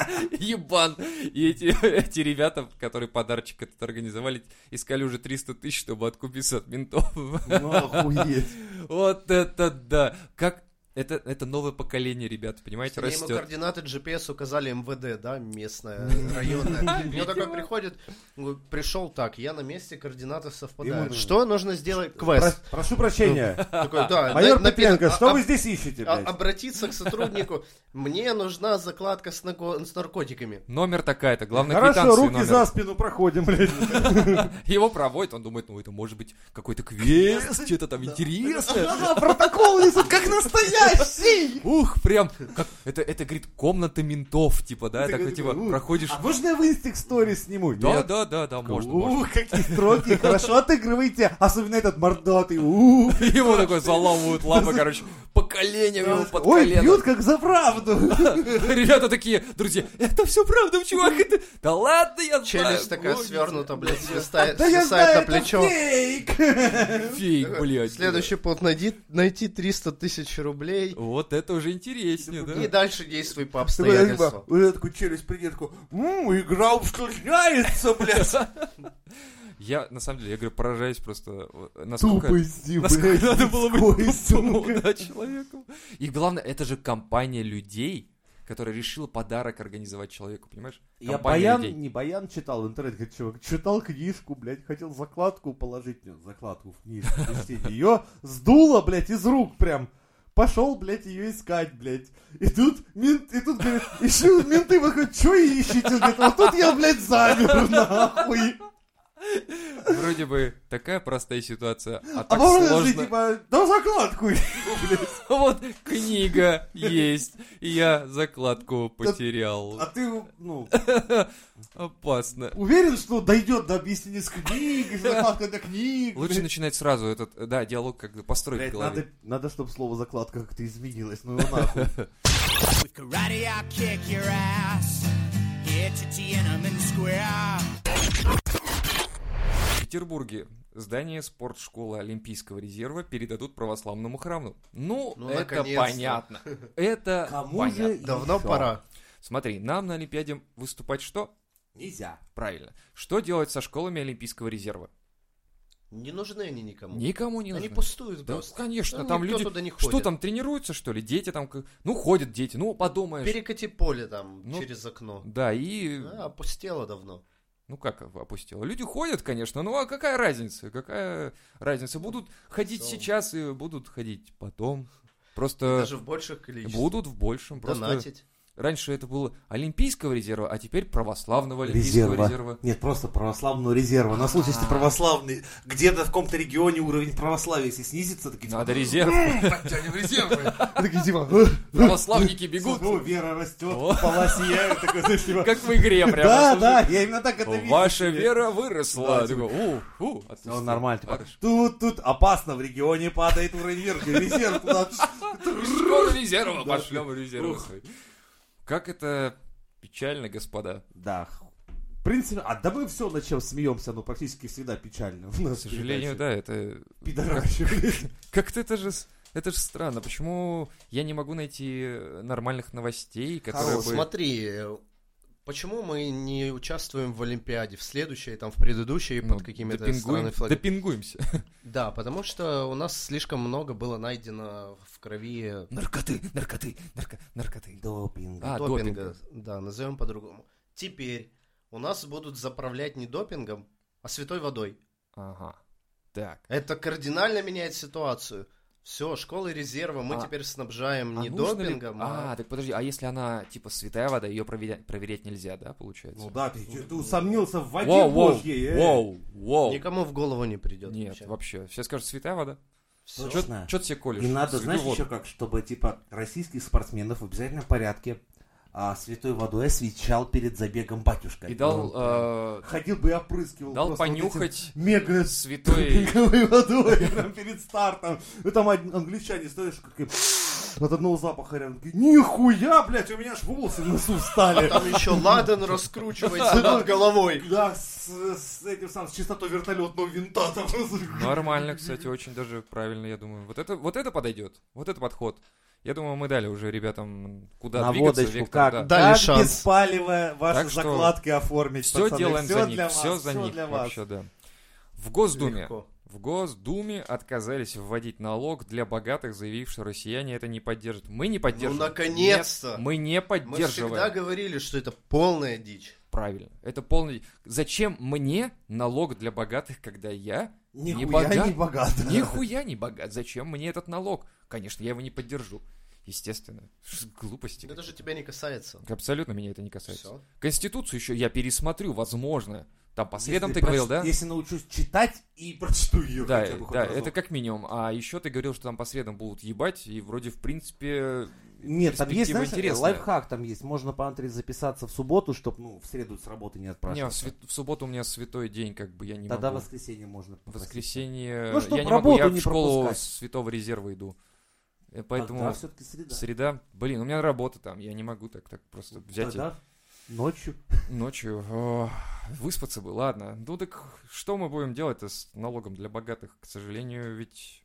Speaker 2: Ебан. И эти, эти ребята, которые подарочек этот организовали, искали уже триста тысяч, чтобы откупиться от ментов.
Speaker 3: Ну, охуеть.
Speaker 2: Вот это да. Как... Это, это новое поколение, ребят, понимаете,
Speaker 1: Мне ему
Speaker 2: растет.
Speaker 1: координаты джи пи эс указали эм вэ дэ, да, местное, районное. Мне такой приходит, говорит, пришел так, я на месте, координаты совпадают.
Speaker 3: Ему-
Speaker 1: Что нужно сделать?
Speaker 3: Про-
Speaker 1: Квест.
Speaker 3: Прошу прощения.
Speaker 1: Такой, да,
Speaker 3: Майор
Speaker 1: на-
Speaker 3: Петренко,
Speaker 1: написано,
Speaker 3: что
Speaker 1: а-
Speaker 3: вы здесь ищете,
Speaker 1: а-
Speaker 3: блядь?
Speaker 1: Обратиться к сотруднику. Мне нужна закладка с нако- с наркотиками.
Speaker 2: Номер такая-то, главное,
Speaker 3: Хорошо,
Speaker 2: квитанцию
Speaker 3: руки
Speaker 2: номер.
Speaker 3: за спину проходим, блядь.
Speaker 2: Его проводят, он думает, ну это может быть какой-то квест, что-то там интересное.
Speaker 3: Ага, протокол несут, как настоящий. Настоящий!
Speaker 2: Ух, прям, как, это, это, говорит, комната ментов, типа, да,
Speaker 3: Ты
Speaker 2: такой,
Speaker 3: такой,
Speaker 2: типа,
Speaker 3: ух.
Speaker 2: проходишь...
Speaker 3: А можно я в инстик сторис сниму?
Speaker 2: Да,
Speaker 3: Нет?
Speaker 2: да, да, да, можно, можно.
Speaker 3: Ух, какие строки, хорошо отыгрываете, особенно этот мордатый. Ух.
Speaker 2: Ему такой заламывают лапы, короче, по коленям ему под
Speaker 3: Ой,
Speaker 2: колено.
Speaker 3: бьют как за правду.
Speaker 2: Ребята такие, друзья, это все правда, чувак, это... Да ладно, я знаю.
Speaker 1: Челюсть такая
Speaker 2: гоните.
Speaker 1: свернута, блядь, свистает,
Speaker 3: Да я
Speaker 1: свисает
Speaker 3: знаю,
Speaker 1: на
Speaker 3: это
Speaker 1: плечо.
Speaker 3: фейк.
Speaker 2: Фейк, блядь.
Speaker 1: Следующий пункт, найди, найти триста тысяч рублей.
Speaker 2: Вот это уже интереснее, да?
Speaker 1: И дальше действуй по
Speaker 3: Такой, я
Speaker 1: обстоятельствам.
Speaker 3: типа, вот я такой челюсть придет, такой, «М, игра усложняется, блядь.
Speaker 2: Я, на самом деле, я говорю, поражаюсь просто, э, насколько...
Speaker 3: Тупости,
Speaker 2: Насколько
Speaker 3: блядь,
Speaker 2: надо было
Speaker 3: людской,
Speaker 2: быть тупому,
Speaker 3: сука.
Speaker 2: да, человеку. И главное, это же компания людей, которая решила подарок организовать человеку, понимаешь?
Speaker 3: Я
Speaker 2: Компания
Speaker 3: Баян,
Speaker 2: людей.
Speaker 3: не Баян читал в интернете, говорит, чувак, читал книжку, блядь, хотел закладку положить, нет, закладку в книжку, ее сдуло, блядь, из рук прям. Пошел, блядь, ее искать, блядь. И тут, мент, и тут, говорит, ищу, менты выходят, что ищете? Говорит, вот тут я, блядь, замер, нахуй.
Speaker 2: Вроде бы такая простая ситуация, а
Speaker 3: А
Speaker 2: так
Speaker 3: можно же,
Speaker 2: сложно.
Speaker 3: типа, да закладку, блядь.
Speaker 2: Вот книга есть, и я закладку потерял.
Speaker 3: А ты, ну,
Speaker 2: Опасно.
Speaker 3: уверен, что дойдет до объяснения с книгой, закладка для книг?
Speaker 2: Лучше
Speaker 3: блядь?
Speaker 2: начинать сразу этот, да, диалог как бы построить
Speaker 3: Блядь,
Speaker 2: в голове.
Speaker 3: надо, надо, чтобы слово закладка как-то изменилось, ну его нахуй.
Speaker 4: With karate, I'll kick your ass. Hit your Tiananmen Square.
Speaker 2: В Петербурге здание спортшколы Олимпийского резерва передадут православному храму. Ну,
Speaker 1: Ну,
Speaker 2: это
Speaker 1: наконец-то.
Speaker 2: понятно. Это
Speaker 3: Кому
Speaker 2: понятно.
Speaker 3: же
Speaker 1: Давно
Speaker 3: еще?
Speaker 1: пора.
Speaker 2: Смотри, нам на Олимпиаде выступать что?
Speaker 3: Нельзя.
Speaker 2: Правильно. Что делать со школами Олимпийского резерва?
Speaker 1: Не нужны они никому.
Speaker 2: Никому не
Speaker 1: Они
Speaker 2: нужно.
Speaker 1: пустуют
Speaker 2: Да,
Speaker 1: просто.
Speaker 2: конечно,
Speaker 1: Да,
Speaker 2: там
Speaker 1: никто
Speaker 2: люди...
Speaker 1: туда не
Speaker 2: Что
Speaker 1: ходит.
Speaker 2: там, тренируются, что ли? Дети там... как- Ну, ходят дети, ну, подумаешь.
Speaker 1: Перекати поле там
Speaker 2: Ну,
Speaker 1: через окно.
Speaker 2: Да, и...
Speaker 1: А, опустело давно.
Speaker 2: Ну, как опустило? Люди ходят, конечно, ну, а какая разница? Какая разница? Будут ходить
Speaker 1: Потом.
Speaker 2: сейчас и будут ходить потом.
Speaker 1: И
Speaker 2: Просто
Speaker 1: даже в больших количествах.
Speaker 2: будут в большем. Просто
Speaker 1: Донатить.
Speaker 2: раньше это было Олимпийского резерва, а теперь православного Олимпийского
Speaker 3: Резерва.
Speaker 2: резерва.
Speaker 3: Нет, просто православного резерва. На случай, если православный, где-то в каком-то регионе уровень православия, если снизится, такие,
Speaker 2: Надо резерв.
Speaker 3: подтянем резервы. Такие, типа,
Speaker 2: Православники бегут.
Speaker 3: ну, вера растет,
Speaker 2: О.
Speaker 3: пола сияет, такой, знаешь, типа,
Speaker 2: Как в игре прямо.
Speaker 3: да,
Speaker 2: слушай.
Speaker 3: да, я именно так это вижу.
Speaker 2: Ваша
Speaker 3: себе.
Speaker 2: вера выросла.
Speaker 3: Да,
Speaker 2: Такой, у, у, отпустил.
Speaker 3: Ну, нормально, типа,
Speaker 2: Хорошо.
Speaker 3: тут, тут опасно, в регионе падает уровень верха, резерв туда.
Speaker 2: Школа резерва,
Speaker 3: Да.
Speaker 2: пошлем в резервы
Speaker 3: Ух.
Speaker 2: свои. Как это печально, господа.
Speaker 3: Да, в принципе, а да мы все, над чем смеемся, ну, практически всегда печально. У нас
Speaker 2: К сожалению, да, это...
Speaker 3: Пидоращи, блядь.
Speaker 2: Как-то это же... с- Это же странно. Почему я не могу найти нормальных новостей, которые
Speaker 1: Ну,
Speaker 2: бы...
Speaker 1: смотри, э, почему мы не участвуем в Олимпиаде, в следующей, там, в предыдущей,
Speaker 2: ну,
Speaker 1: под какими-то
Speaker 2: допингуем-
Speaker 1: странными флагами?
Speaker 2: Допингуемся.
Speaker 1: Да, потому что у нас слишком много было найдено в крови
Speaker 2: Наркоты, наркоты, нарко- наркоты.
Speaker 3: Допинг.
Speaker 2: А,
Speaker 1: допинга. Да, назовем по-другому. Теперь у нас будут заправлять не допингом, а святой водой.
Speaker 2: Ага. Так.
Speaker 1: Это кардинально меняет ситуацию. Все, школы резерва мы
Speaker 2: А-
Speaker 1: теперь снабжаем
Speaker 2: А
Speaker 1: не
Speaker 2: нужно ли-
Speaker 1: допингом,
Speaker 2: А,
Speaker 1: а...
Speaker 2: так подожди, а если она, типа, святая вода, ее проверять, проверять нельзя, да, получается?
Speaker 3: Ну да, ты, чё, ты усомнился в воде
Speaker 2: Воу, воу,
Speaker 3: божьей, э.
Speaker 2: воу, воу.
Speaker 1: Никому в голову не придет.
Speaker 2: Нет, вообще. Все скажут, святая вода.
Speaker 1: Всё.
Speaker 3: Точно.
Speaker 2: Че ты себе колешь?
Speaker 3: И надо,
Speaker 2: Святую
Speaker 3: знаешь,
Speaker 2: воду.
Speaker 3: еще как, чтобы, типа, российских спортсменов в обязательном порядке а, святой водой освещал перед забегом батюшка.
Speaker 2: И дал,
Speaker 3: Он
Speaker 2: э,
Speaker 3: ходил бы и опрыскивал.
Speaker 2: дал
Speaker 3: просто вот этим
Speaker 2: понюхать
Speaker 3: мега
Speaker 2: святой...
Speaker 3: пинковой водой прям перед стартом. И там од- англичане, стоишь, как и от одного запаха рядом. Такие, нихуя, блядь, у меня аж волосы в носу встали.
Speaker 1: Там еще ладан раскручивается над головой.
Speaker 3: Да, с, с этим самым, с частотой вертолетного винта там.
Speaker 2: Нормально, кстати, очень даже правильно, я думаю. Вот это, вот это подойдет, вот это подход. Я думаю, мы дали уже ребятам, куда
Speaker 3: На
Speaker 2: двигаться.
Speaker 3: водочку,
Speaker 2: вектор,
Speaker 3: как,
Speaker 2: да.
Speaker 1: Дали
Speaker 3: как
Speaker 1: шанс.
Speaker 3: беспалево ваши
Speaker 2: Так что
Speaker 3: закладки оформить,
Speaker 2: Все
Speaker 3: пацаны.
Speaker 2: делаем
Speaker 3: Всё
Speaker 2: за
Speaker 3: для
Speaker 2: них,
Speaker 3: вас,
Speaker 2: все за
Speaker 3: всё
Speaker 2: них
Speaker 3: для вас.
Speaker 2: вообще, да. В Госдуме,
Speaker 1: Легко.
Speaker 2: в Госдуме отказались вводить налог для богатых, заявив, что россияне это не поддержат. Мы не
Speaker 1: Ну,
Speaker 2: поддерживаем.
Speaker 1: наконец-то!
Speaker 2: Нет, мы не
Speaker 1: Мы
Speaker 2: поддерживаем.
Speaker 1: всегда говорили, что это полная дичь.
Speaker 2: Правильно. Это полный... Зачем мне налог для богатых, когда я
Speaker 3: Нихуя
Speaker 2: не богат?
Speaker 3: не богат.
Speaker 2: Нихуя не богат. Зачем мне этот налог? Конечно, я его не поддержу. Естественно. Ш- Глупости.
Speaker 1: Это же
Speaker 2: какие-то.
Speaker 1: тебя не касается.
Speaker 2: Абсолютно меня это не касается.
Speaker 1: Все.
Speaker 2: Конституцию еще я пересмотрю, возможно. Там по средам
Speaker 3: Если
Speaker 2: ты говорил,
Speaker 3: проч-
Speaker 2: да?
Speaker 3: Если научусь читать и прочту ее
Speaker 2: Да,
Speaker 3: хотя бы хоть
Speaker 2: да,
Speaker 3: разок.
Speaker 2: это как минимум. А еще ты говорил, что там по средам будут ебать, и вроде, в принципе,
Speaker 3: Нет, там есть,
Speaker 2: перспектива
Speaker 3: знаешь,
Speaker 2: интересная.
Speaker 3: лайфхак там есть. Можно по Андре записаться в субботу, чтобы, ну, в среду с работы не
Speaker 2: Не, в,
Speaker 3: отпрашиваться.
Speaker 2: свят- в субботу у меня святой день, как бы я не
Speaker 3: Тогда в
Speaker 2: могу.
Speaker 3: воскресенье можно
Speaker 2: В
Speaker 3: попросить.
Speaker 2: воскресенье
Speaker 3: Ну, чтоб
Speaker 2: я не могу, я
Speaker 3: работу
Speaker 2: в
Speaker 3: не
Speaker 2: школу
Speaker 3: пропускать.
Speaker 2: Святого Резерва иду. Э, Поэтому
Speaker 3: Тогда все-таки среда.
Speaker 2: среда, блин, у меня работа там, я не могу так, так просто взять и
Speaker 3: Тогда ночью.
Speaker 2: ночью о, выспаться бы, ладно. Ну так что мы будем делать-то с налогом для богатых? К сожалению, ведь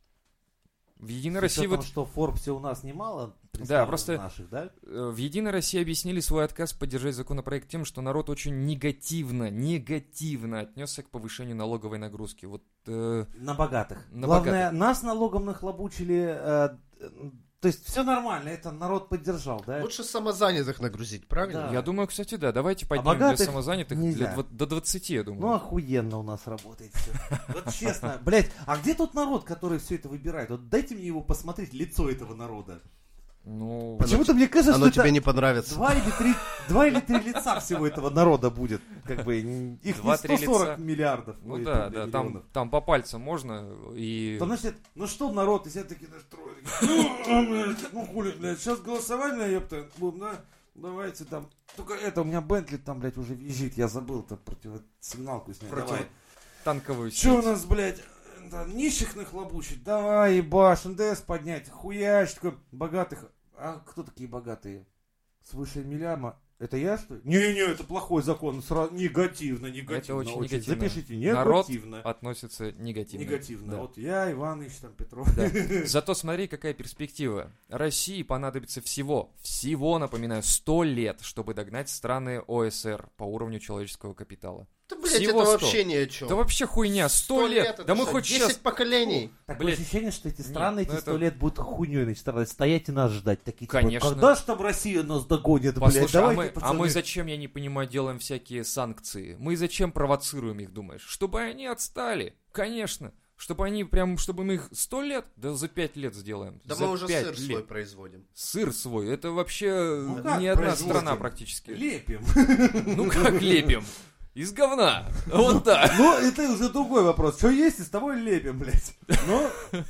Speaker 2: в Единой
Speaker 3: С
Speaker 2: России
Speaker 3: учетом,
Speaker 2: вот
Speaker 3: что в Форбсе у нас немало
Speaker 2: Да,
Speaker 3: представлено
Speaker 2: просто-
Speaker 3: наших, да?
Speaker 2: э, в Единой России объяснили свой отказ поддержать законопроект тем, что народ очень негативно, негативно отнесся к повышению налоговой нагрузки. Вот э,
Speaker 3: На богатых.
Speaker 2: На
Speaker 3: Главное,
Speaker 2: богатых.
Speaker 3: нас налогом нахлобучили. э, э, то есть все нормально, это народ поддержал, да?
Speaker 1: Лучше самозанятых нагрузить, правильно?
Speaker 3: Да.
Speaker 2: я думаю, кстати, да, давайте поднимем для
Speaker 3: богатых
Speaker 2: самозанятых
Speaker 3: нельзя.
Speaker 2: для дв- до двадцати, я думаю.
Speaker 3: Ну, охуенно у нас работает все. Вот честно, блядь, а где тот народ, который все это выбирает? Вот дайте мне его посмотреть, лицо этого народа.
Speaker 2: Ну,
Speaker 3: Почему-то мне кажется,
Speaker 1: Оно
Speaker 3: что
Speaker 1: тебе
Speaker 3: это
Speaker 1: не понравится.
Speaker 3: два или три, два или три лица всего этого народа будет. Как бы н- их не
Speaker 2: Два-три
Speaker 3: сто сорок
Speaker 2: лица.
Speaker 3: миллиардов.
Speaker 2: ну
Speaker 3: ой,
Speaker 2: да,
Speaker 3: блин,
Speaker 2: да, там,
Speaker 3: миллионов.
Speaker 2: там по пальцам можно и...
Speaker 3: Там, значит, ну что народ, и все такие настроены. Ну, блядь, ну хули, блядь, сейчас голосование, ёпта, будем, да? Давайте там. Только это, у меня Бентли там, блядь, уже визжит, я забыл-то противосигналку снять.
Speaker 2: Против-
Speaker 3: Давай.
Speaker 2: танковую
Speaker 3: Че у
Speaker 2: сеть.
Speaker 3: нас, блядь, да, нищих нахлобучить? Давай, ебаш, эн дэ эс поднять, хуяч, такой, богатых. А кто такие богатые? Свыше миллиарда? Это я, что ли? Не-не, это плохой закон, сразу негативно, негативно.
Speaker 2: Это очень негативно.
Speaker 3: Запишите,
Speaker 2: Народ
Speaker 3: негативно.
Speaker 2: относится негативно.
Speaker 3: Негативно.
Speaker 2: Да.
Speaker 3: Вот я, Иваныч, там, Петров.
Speaker 2: Да. Зато смотри, какая перспектива. России понадобится всего, всего, напоминаю, сто лет, чтобы догнать страны о эс эр по уровню человеческого капитала.
Speaker 1: Да, блядь,
Speaker 2: Всего
Speaker 1: это
Speaker 2: сто.
Speaker 1: вообще ни о чем.
Speaker 2: Да вообще хуйня, сто лет.
Speaker 1: это
Speaker 2: Да мы
Speaker 1: что,
Speaker 2: хоть
Speaker 1: десять
Speaker 2: сейчас...
Speaker 1: поколений.
Speaker 3: Такое
Speaker 2: Блядь.
Speaker 3: ощущение, что эти
Speaker 2: Нет,
Speaker 3: страны
Speaker 2: ну
Speaker 3: эти сто
Speaker 2: это-
Speaker 3: лет будут хуйней значит, страдать, стоять и нас ждать. Такие, типа,
Speaker 2: Конечно.
Speaker 3: когда ж там Россия нас догонит, блядь,
Speaker 2: Послушай, а
Speaker 3: давайте,
Speaker 2: мы, а
Speaker 3: пацаны.
Speaker 2: мы зачем, я не понимаю, делаем всякие санкции? Мы зачем провоцируем их, думаешь? Чтобы они отстали, конечно. Чтобы они прям, чтобы мы их сто лет, да за пять лет сделаем.
Speaker 1: Да
Speaker 2: за
Speaker 1: мы уже
Speaker 2: пять
Speaker 1: сыр
Speaker 2: лет.
Speaker 1: свой производим.
Speaker 2: Сыр свой, это вообще
Speaker 3: Ну как
Speaker 2: ни одна
Speaker 3: производим?
Speaker 2: страна практически.
Speaker 3: Лепим.
Speaker 2: Ну как лепим? Из говна. Вот так.
Speaker 3: Ну, это уже другой вопрос. Что есть, из того и лепим, блядь. Ну,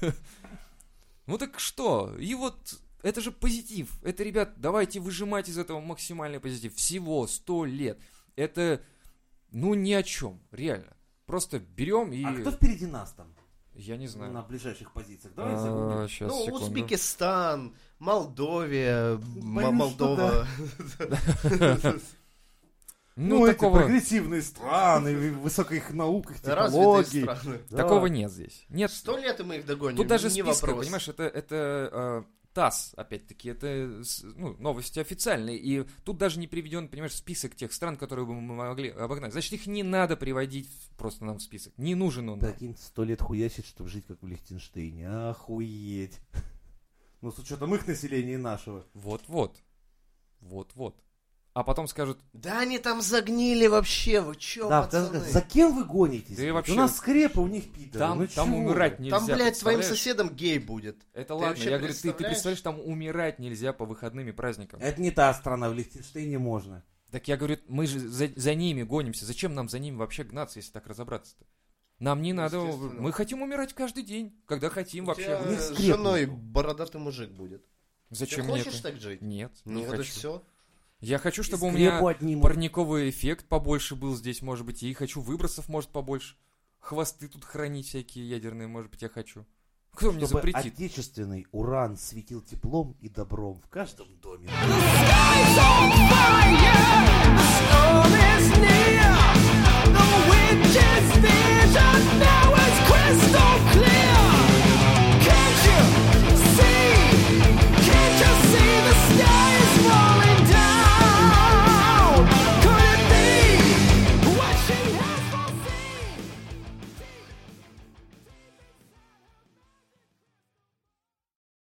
Speaker 2: Ну так что? И вот это же позитив. Это, ребят, давайте выжимать из этого максимальный позитив. Всего сто лет. Это, ну, ни о чем, реально. Просто берем и...
Speaker 3: а кто впереди нас там?
Speaker 2: Я не знаю.
Speaker 3: На ближайших позициях. Давайте
Speaker 2: А,
Speaker 3: загуглим.
Speaker 2: Сейчас,
Speaker 1: Ну,
Speaker 2: секунду.
Speaker 1: Узбекистан, Молдовия,
Speaker 3: Боюсь,
Speaker 1: М- Молдова.
Speaker 2: Ну,
Speaker 3: Ну, эти
Speaker 2: такого,
Speaker 3: прогрессивные страны, высоких науках,
Speaker 1: Развитые
Speaker 3: технологий.
Speaker 1: страны.
Speaker 3: Да.
Speaker 2: такого нет здесь. Нет.
Speaker 1: Сто лет и мы их догоним.
Speaker 2: Тут даже
Speaker 1: не
Speaker 2: списка,
Speaker 1: вопрос.
Speaker 2: понимаешь, это, это э, ТАСС, опять-таки, это с- ну, новости официальные, и тут даже не приведен, понимаешь, список тех стран, которые бы мы могли обогнать. Значит, их не надо приводить просто нам в список. Не нужен он нам.
Speaker 3: Прикинь, сто лет хуячить, чтобы жить как в Лихтенштейне. Охуеть. Ну, с учетом их населения и нашего.
Speaker 2: Вот-вот. Вот-вот. А потом скажут,
Speaker 1: Да они там загнили вообще, вы чё,
Speaker 3: Да,
Speaker 1: пацаны?
Speaker 3: за кем вы гонитесь?
Speaker 2: Да и
Speaker 3: блядь?
Speaker 2: вообще-
Speaker 3: У нас скрепы, у них пидоры.
Speaker 2: там,
Speaker 3: Ну
Speaker 2: там
Speaker 3: чего
Speaker 2: умирать
Speaker 3: вы?
Speaker 2: нельзя.
Speaker 1: Там, блядь, твоим
Speaker 2: представляешь?
Speaker 1: соседом гей будет.
Speaker 2: Это
Speaker 1: Ты
Speaker 2: ладно,
Speaker 1: вообще
Speaker 2: я говорю, ты, ты
Speaker 1: представляешь?
Speaker 2: представляешь, там умирать нельзя по выходным и праздникам.
Speaker 3: Это не та страна, в Лихтенштейне можно.
Speaker 2: Так я говорю, мы же за, за ними гонимся. Зачем нам за ними вообще гнаться, если так разобраться-то? Нам не надо.
Speaker 1: Естественно.
Speaker 2: Мы хотим умирать каждый день, когда хотим
Speaker 1: У
Speaker 2: вообще.
Speaker 1: тебя
Speaker 3: У них
Speaker 1: с
Speaker 3: скреп
Speaker 1: женой
Speaker 3: нету.
Speaker 1: бородатый мужик будет.
Speaker 2: Зачем
Speaker 1: Ты
Speaker 2: мне
Speaker 1: хочешь
Speaker 2: это?
Speaker 1: так жить?
Speaker 2: Нет,
Speaker 1: Ну
Speaker 2: не
Speaker 1: вот и
Speaker 2: хочу.
Speaker 1: все.
Speaker 2: Я хочу, чтобы у
Speaker 3: Скрепу
Speaker 2: меня
Speaker 3: одним.
Speaker 2: парниковый эффект побольше был здесь, может быть, и хочу выбросов, может, побольше. Хвосты тут хранить всякие ядерные, может быть, я хочу. Кто мне
Speaker 3: Чтобы
Speaker 2: запретит?
Speaker 3: отечественный уран светил теплом и добром в каждом доме.
Speaker 4: The sky's on fire, the storm is